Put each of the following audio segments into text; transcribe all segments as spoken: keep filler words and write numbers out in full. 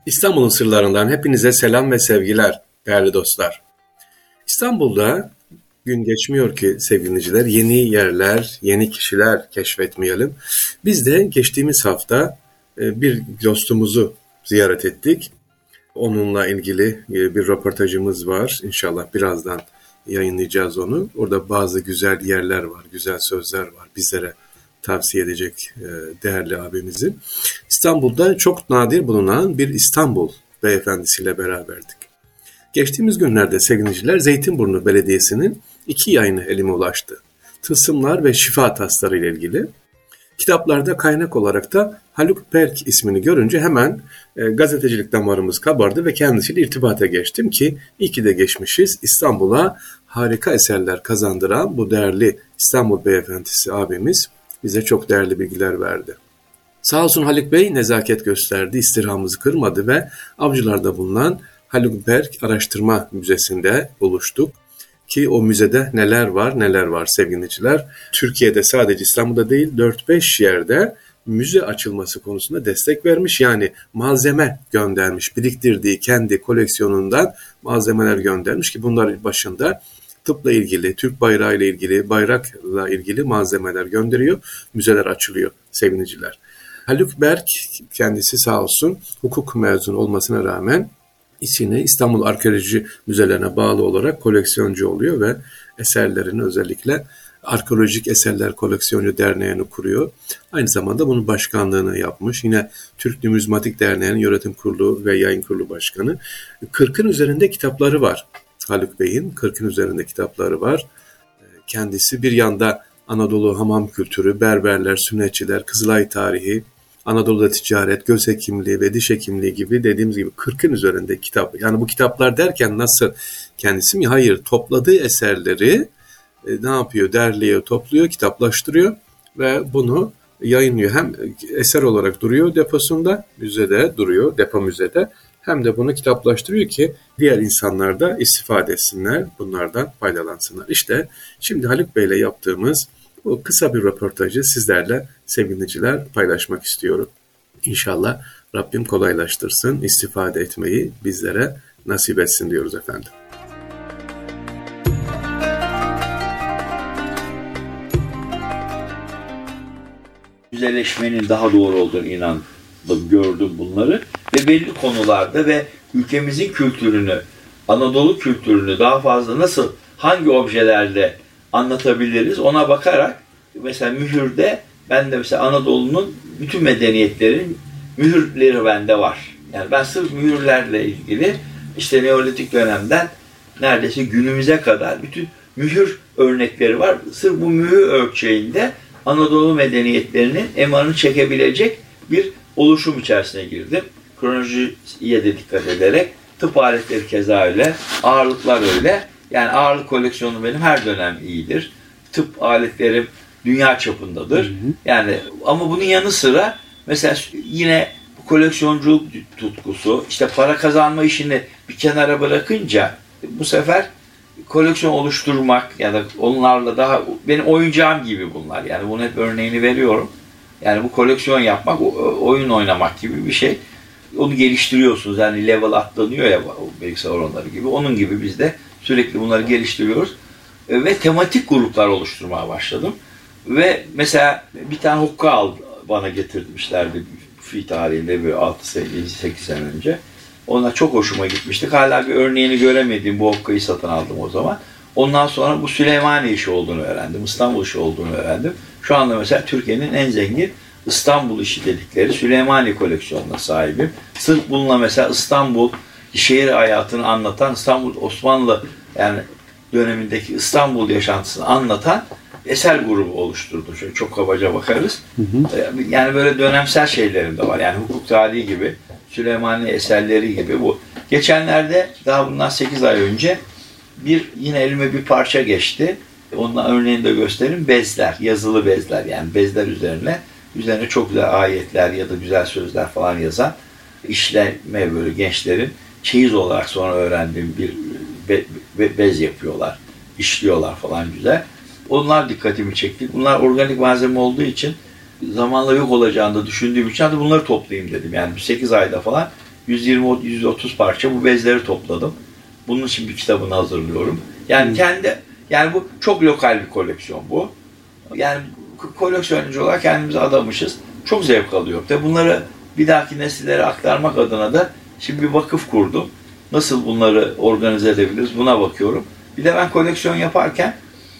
İstanbul'un sırlarından hepinize selam ve sevgiler değerli dostlar. İstanbul'da gün geçmiyor ki sevgili dinleyiciler, yeni yerler, yeni kişiler keşfetmeyelim. Biz de geçtiğimiz hafta bir dostumuzu ziyaret ettik. Onunla ilgili bir röportajımız var. İnşallah birazdan yayınlayacağız onu. Orada bazı güzel yerler var, güzel sözler var bizlere tavsiye edecek değerli abimizin. İstanbul'da çok nadir bulunan bir İstanbul beyefendisiyle beraberdik. Geçtiğimiz günlerde sevgili dinleyiciler, Zeytinburnu Belediyesi'nin iki yayını elime ulaştı. Tılsımlar ve şifa tasları ile ilgili. Kitaplarda kaynak olarak da Haluk Berk ismini görünce hemen e, gazetecilik damarımız kabardı ve kendisiyle irtibata geçtim ki iyi ki de geçmişiz. İstanbul'a harika eserler kazandıran bu değerli İstanbul beyefendisi abimiz bize çok değerli bilgiler verdi. Sağ olsun Haluk Bey nezaket gösterdi, istirhamımızı kırmadı ve Avcılar'da bulunan Haluk Berk Araştırma Müzesi'nde buluştuk. Ki o müzede neler var neler var sevgili dinleyiciler. Türkiye'de sadece İstanbul'da değil dört beş yerde müze açılması konusunda destek vermiş. Yani malzeme göndermiş, biriktirdiği kendi koleksiyonundan malzemeler göndermiş ki bunların başında tıpla ilgili, Türk bayrağı ile ilgili, bayrakla ilgili malzemeler gönderiyor. Müzeler açılıyor sevgili dinleyiciler. Haluk Berk kendisi sağ olsun hukuk mezunu olmasına rağmen İçine İstanbul Arkeoloji Müzelerine bağlı olarak koleksiyoncu oluyor ve eserlerini özellikle Arkeolojik Eserler Koleksiyoncu Derneği'ni kuruyor. Aynı zamanda bunun başkanlığını yapmış. Yine Türk Numizmatik Derneği'nin yönetim kurulu ve yayın kurulu başkanı. kırkın üzerinde kitapları var Haluk Bey'in. kırkın üzerinde kitapları var. Kendisi bir yanda Anadolu hamam kültürü, berberler, sünnetçiler, Kızılay tarihi, Anadolu'da ticaret, göz hekimliği ve diş hekimliği gibi dediğimiz gibi kırkın üzerinde kitap. Yani bu kitaplar derken nasıl kendisi mi? Hayır, topladığı eserleri e, ne yapıyor? Derliyor, topluyor, kitaplaştırıyor ve bunu yayınlıyor. Hem eser olarak duruyor deposunda, müzede duruyor, depo müzede. Hem de bunu kitaplaştırıyor ki diğer insanlar da istifade etsinler, bunlardan faydalansınlar. İşte şimdi Haluk Bey'le yaptığımız bu kısa bir röportajı sizlerle sevgili dinleyiciler paylaşmak istiyorum. İnşallah Rabbim kolaylaştırsın, istifade etmeyi bizlere nasip etsin diyoruz efendim. Güzelleşmenin daha doğru olduğunu inandım, gördüm bunları ve belli konularda ve ülkemizin kültürünü, Anadolu kültürünü daha fazla nasıl, hangi objelerle anlatabiliriz ona bakarak mesela mühürde ben de mesela Anadolu'nun bütün medeniyetlerin mühürleri bende var. Yani ben sırf mühürlerle ilgili işte Neolitik dönemden neredeyse günümüze kadar bütün mühür örnekleri var. Sırf bu mühür ölçeğinde Anadolu medeniyetlerinin emarını çekebilecek bir oluşum içerisine girdim. Kronolojiye de dikkat ederek tıp aletleri keza öyle, ağırlıklar öyle. Yani ağırlık koleksiyonu benim her dönem iyidir. Tıp aletlerim dünya çapındadır. Hı hı. Yani ama bunun yanı sıra mesela yine koleksiyonculuk tutkusu, işte para kazanma işini bir kenara bırakınca bu sefer koleksiyon oluşturmak ya da onlarla daha benim oyuncağım gibi bunlar. Yani bunun hep örneğini veriyorum. Yani bu koleksiyon yapmak, oyun oynamak gibi bir şey. Onu geliştiriyorsunuz. Yani level atlanıyor ya bilgisayar oyunları gibi. Onun gibi biz de sürekli bunları geliştiriyoruz. Ve tematik gruplar oluşturmaya başladım. Ve mesela bir tane hokka aldı, bana getirmişlerdi fi tarihinde böyle altı sekiz sene önce. Ona çok hoşuma gitmişti. Hala bir örneğini göremediğim bu hokkayı satın aldım o zaman. Ondan sonra bu Süleymaniye işi olduğunu öğrendim. İstanbul işi olduğunu öğrendim. Şu anda mesela Türkiye'nin en zengin İstanbul işi dedikleri Süleymaniye koleksiyonuna sahibim. Sırf bununla mesela İstanbul şehir hayatını anlatan, İstanbul Osmanlı yani dönemindeki İstanbul yaşantısını anlatan eser grubu oluşturdu. Şöyle çok kabaca bakarız. Hı hı. Yani böyle dönemsel şeylerim de var. Yani hukuk tarihi gibi, Süleymaniye eserleri gibi bu. Geçenlerde daha bundan sekiz ay önce bir yine elime bir parça geçti. Onunla örneğini de göstereyim. Bezler, yazılı bezler yani bezler üzerine. Üzerine çok güzel ayetler ya da güzel sözler falan yazan işleme böyle gençlerin çeyiz olarak sonra öğrendiğim bir be, be, bez yapıyorlar. İşliyorlar falan güzel. Onlar dikkatimi çekti. Bunlar organik malzeme olduğu için zamanla yok olacağını da düşündüğüm için hadi bunları toplayayım dedim. Yani sekiz ayda falan yüz yirmi yüz otuz parça bu bezleri topladım. Bunun için bir kitabını hazırlıyorum. Yani hmm. kendi yani bu çok lokal bir koleksiyon bu. Yani koleksiyoncu olarak kendimize adamışız. Çok zevk alıyor. Ve bunları bir dahaki nesillere aktarmak adına da şimdi bir vakıf kurdum. Nasıl bunları organize edebiliriz buna bakıyorum. Bir de ben koleksiyon yaparken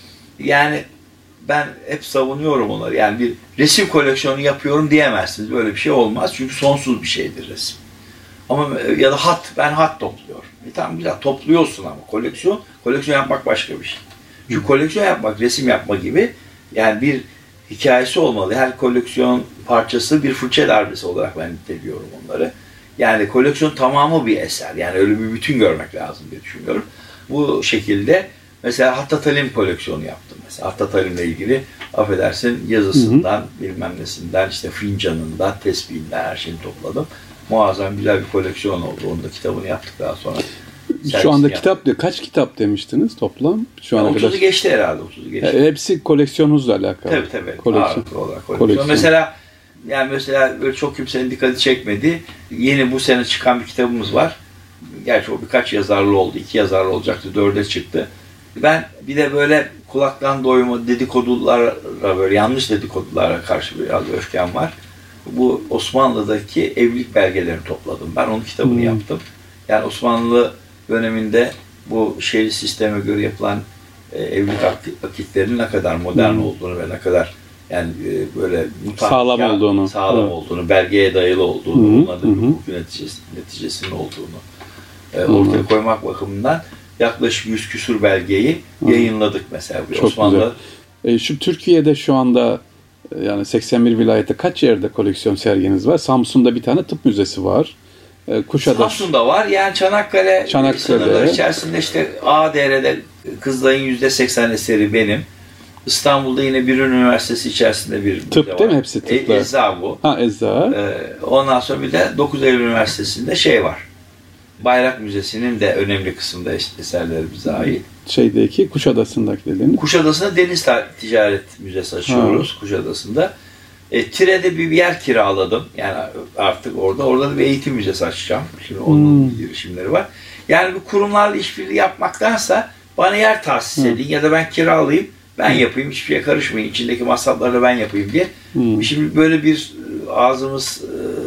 yani ben hep savunuyorum onları. Yani bir resim koleksiyonu yapıyorum diyemezsiniz. Böyle bir şey olmaz. Çünkü sonsuz bir şeydir resim. Ama ya da hat. Ben hat topluyorum. E tamam güzel topluyorsun ama koleksiyon koleksiyon yapmak başka bir şey. Çünkü koleksiyon yapmak, resim yapma gibi yani bir hikayesi olmalı. Her koleksiyon parçası bir fırça darbesi olarak ben niteliyorum onları. Yani koleksiyon tamamı bir eser. Yani öyle bir bütün görmek lazım diye düşünüyorum. Bu şekilde mesela Hattat Halim koleksiyonu yaptım. Mesela Hattat Halim'le ilgili affedersin yazısından, hı hı. bilmem nesinden, işte fincanından, tesbihinden her şeyini topladım. Muazzam güzel bir koleksiyon oldu. Onun da kitabını yaptık daha sonra. Şu anda kitap diyor. Kaç kitap demiştiniz toplam? Şu ana otuzu kadar. geçti herhalde. otuzu geçti. Hepsi koleksiyonunuzla alakalı. Tabii tabii. Koleksiyon. Olarak koleksiyon. koleksiyon. Mesela yani mesela böyle çok kimsenin dikkati çekmedi. Yeni bu sene çıkan bir kitabımız var. Gerçi o birkaç yazarlı oldu. İki yazarlı olacaktı. Dörde çıktı. Ben bir de böyle kulaktan doyma dedikodulara böyle yanlış dedikodulara karşı biraz öfkem var. Bu Osmanlı'daki evlilik belgelerini topladım. Ben onun kitabını hmm. yaptım. Yani Osmanlı döneminde bu şehir sisteme göre yapılan e, evlilik akitlerinin ne kadar modern hmm. olduğunu ve ne kadar yani e, böyle sağlam olduğunu, sağlam evet. olduğunu, belgeye dayalı olduğunu, hmm. bunların hmm. hukuk neticesi, neticesinin olduğunu e, ortaya hmm. koymak bakımından yaklaşık yüz küsur belgeyi hmm. yayınladık mesela. Çok Osmanlı. Güzel. E, şu Türkiye'de şu anda yani seksen bir vilayette kaç yerde koleksiyon serginiz var? Samsun'da bir tane tıp müzesi var. Kuşadası. Samsun'da var. Yani Çanakkale, Çanakkale sınırları içerisinde işte A D R'de Kızılay'ın yüzde seksen eseri benim. İstanbul'da yine bir üniversitesi içerisinde bir tıp var. Değil mi? Hepsi tıplar. E, ecza bu. Ha ecza. Ee, ondan sonra bir de dokuz Eylül Üniversitesi'nde şey var. Bayrak Müzesi'nin de önemli kısmında eserleri bize ait. Şeydeki Kuşadası'ndaki dediğiniz. Kuşadası'nda Deniz Ticaret Müzesi açıyoruz ha. Kuşadası'nda. E, Tire'de bir yer kiraladım. Yani artık orada. Orada da bir eğitim müzesi açacağım. Şimdi onun hmm. girişimleri var. Yani bu kurumlarla işbirliği yapmaktansa bana yer tahsis edin hmm. ya da ben kiralayayım, ben hmm. yapayım, hiçbir şeye karışmayın. İçindeki masrafları ben yapayım diye. Hmm. Şimdi böyle bir ağzımız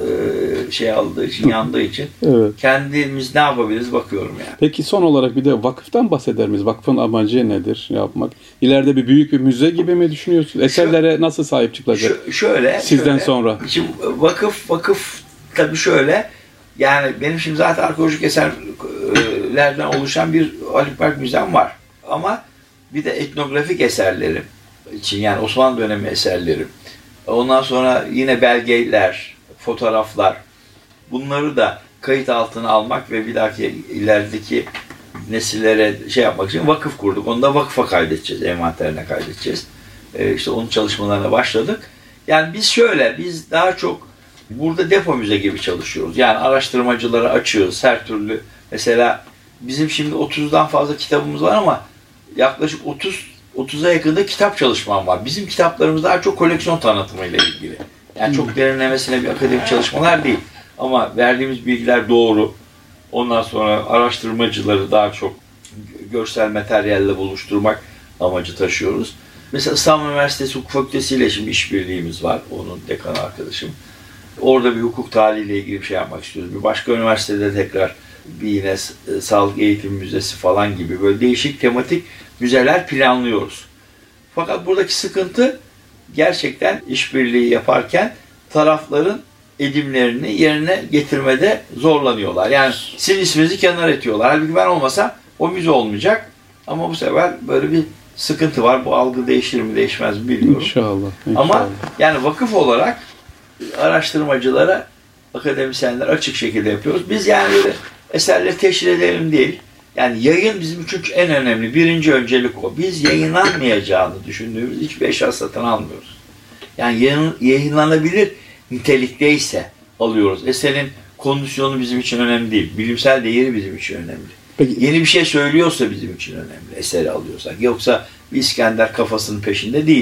şey aldığı için, yandığı için evet. kendimiz ne yapabiliriz bakıyorum yani. Peki son olarak bir de vakıftan bahseder miyiz? Vakfın amacı nedir yapmak? İleride bir büyük bir müze gibi mi düşünüyorsunuz? Eserlere Şu, nasıl sahip çıkılacak? Şu, şöyle. Sizden şöyle, sonra. Şimdi vakıf, vakıf tabii şöyle. Yani benim şimdi zaten arkeolojik eserlerden oluşan bir Alipberk müzem var. Ama bir de etnografik eserlerim için yani Osmanlı dönemi eserlerim. Ondan sonra yine belgeler, fotoğraflar. Bunları da kayıt altına almak ve bir dahaki ilerideki nesillere şey yapmak için vakıf kurduk. Onu da vakıfa kaydedeceğiz, envanterine kaydedeceğiz. Ee, işte onun çalışmalarına başladık. Yani biz şöyle, biz daha çok burada depo müze gibi çalışıyoruz. Yani araştırmacıları açıyoruz her türlü. Mesela bizim şimdi otuzdan fazla kitabımız var ama yaklaşık otuz otuza yakında kitap çalışmam var. Bizim kitaplarımız daha çok koleksiyon tanıtımıyla ilgili. Yani çok derinlemesine bir akademik çalışmalar değil. Ama verdiğimiz bilgiler doğru. Ondan sonra araştırmacıları daha çok görsel materyalle buluşturmak amacı taşıyoruz. Mesela İstanbul Üniversitesi Hukuk Fakültesi ile şimdi işbirliğimiz var. Onun dekanı arkadaşım. Orada bir hukuk tarihiyle ilgili bir şey yapmak istiyoruz. Bir başka üniversitede tekrar bir yine sağlık eğitim müzesi falan gibi böyle değişik tematik müzeler planlıyoruz. Fakat buradaki sıkıntı gerçekten işbirliği yaparken tarafların edimlerini yerine getirmede zorlanıyorlar. Yani sizin isminizi kenara etiyorlar. Halbuki ben olmasam o müze olmayacak. Ama bu sefer böyle bir sıkıntı var. Bu algı değişir mi değişmez mi bilmiyorum. İnşallah. inşallah. Ama yani vakıf olarak araştırmacılara, akademisyenler açık şekilde yapıyoruz. Biz yani böyle eserleri teşhir edelim değil. Yani yayın bizim için en önemli. Birinci öncelik o. Biz yayınlanmayacağını düşündüğümüz hiçbir eşya satın almıyoruz. Yani yayın, yayınlanabilir nitelikteyse alıyoruz. Eserin kondisyonu bizim için önemli değil. Bilimsel değeri bizim için önemli. Peki, yeni bir şey söylüyorsa bizim için önemli. Eseri alıyorsak. Yoksa bir İskender kafasının peşinde değiliz.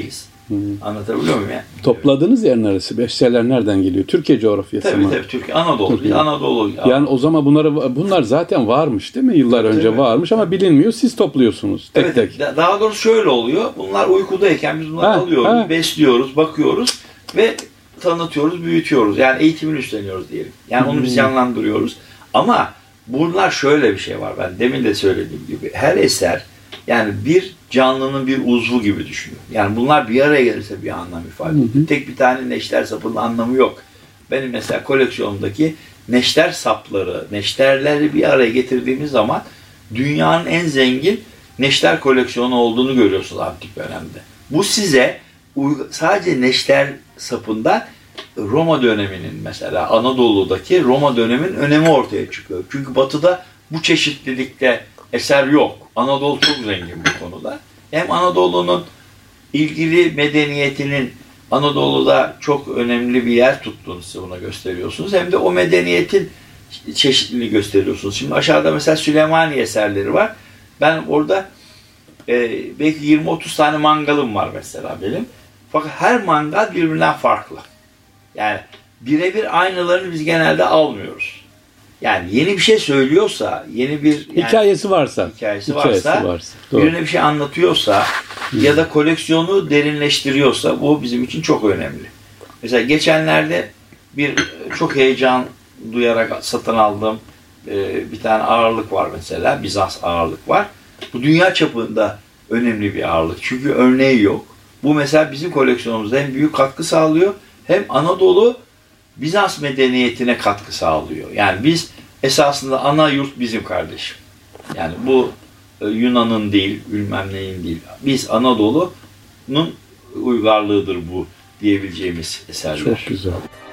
Hmm. Anlatabiliyor muyum yani? Topladığınız yer neresi? Eserler nereden geliyor? Türkiye coğrafyası Tabii mı? tabii Türkiye, Anadolu. Türkiye. Anadolu. Yani o zaman bunları bunlar zaten varmış değil mi? Yıllar Tabii, önce tabii. varmış ama bilinmiyor. Siz topluyorsunuz tek Evet, tek. daha doğrusu şöyle oluyor. Bunlar uykudayken biz bunları Ha, alıyoruz, ha. besliyoruz, bakıyoruz ve tanıtıyoruz, büyütüyoruz. Yani eğitimini üstleniyoruz diyelim. Yani onu biz Hmm. canlandırıyoruz. Ama bunlar şöyle bir şey var. Ben demin de söylediğim gibi. Her eser yani bir canlının bir uzvu gibi düşünün. Yani bunlar bir araya gelirse bir anlam ifade ediyor. Hı hı. Tek bir tane neşter sapının anlamı yok. Benim mesela koleksiyonumdaki neşter sapları, neşterleri bir araya getirdiğimiz zaman dünyanın en zengin neşter koleksiyonu olduğunu görüyorsunuz antik dönemde. Bu size sadece neşter sapında Roma döneminin mesela Anadolu'daki Roma döneminin önemi ortaya çıkıyor. Çünkü Batı'da bu çeşitlilikte eser yok. Anadolu çok zengin bu konuda. Hem Anadolu'nun ilgili medeniyetinin Anadolu'da çok önemli bir yer tuttuğunu size buna gösteriyorsunuz. Hem de o medeniyetin çeşitliliğini gösteriyorsunuz. Şimdi aşağıda mesela Süleymaniye eserleri var. Ben orada e, belki yirmi otuz tane mangalım var mesela benim. Fakat her mangal birbirinden farklı. Yani birebir aynılarını biz genelde almıyoruz. Yani yeni bir şey söylüyorsa, yeni bir yani, hikayesi varsa, hikayesi, hikayesi varsa, varsa doğru. birine bir şey anlatıyorsa ya da koleksiyonu derinleştiriyorsa bu bizim için çok önemli. Mesela geçenlerde bir çok heyecan duyarak satın aldığım e, bir tane ağırlık var mesela. Bizans ağırlık var. Bu dünya çapında önemli bir ağırlık. Çünkü örneği yok. Bu mesela bizim koleksiyonumuzda hem büyük katkı sağlıyor hem Anadolu Bizans medeniyetine katkı sağlıyor. Yani biz esasında ana yurt bizim kardeşim. Yani bu e, Yunan'ın değil, bilmem neyin değil. Biz Anadolu'nun uygarlığıdır bu diyebileceğimiz eserler. Çok güzel.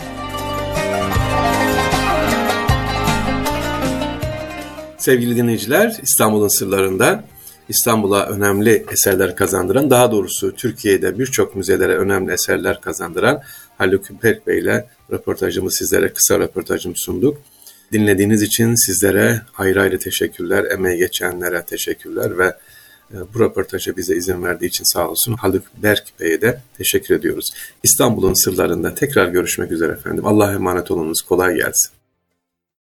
Sevgili dinleyiciler, İstanbul'un sırlarında İstanbul'a önemli eserler kazandıran, daha doğrusu Türkiye'de birçok müzelere önemli eserler kazandıran Haluk Berk Bey ile röportajımı sizlere, kısa röportajımı sunduk. Dinlediğiniz için sizlere ayrı ayrı teşekkürler, emeği geçenlere teşekkürler ve bu röportaja bize izin verdiği için sağ olsun Haluk Berk Bey'e de teşekkür ediyoruz. İstanbul'un sırlarında tekrar görüşmek üzere efendim. Allah'a emanet olunuz, kolay gelsin.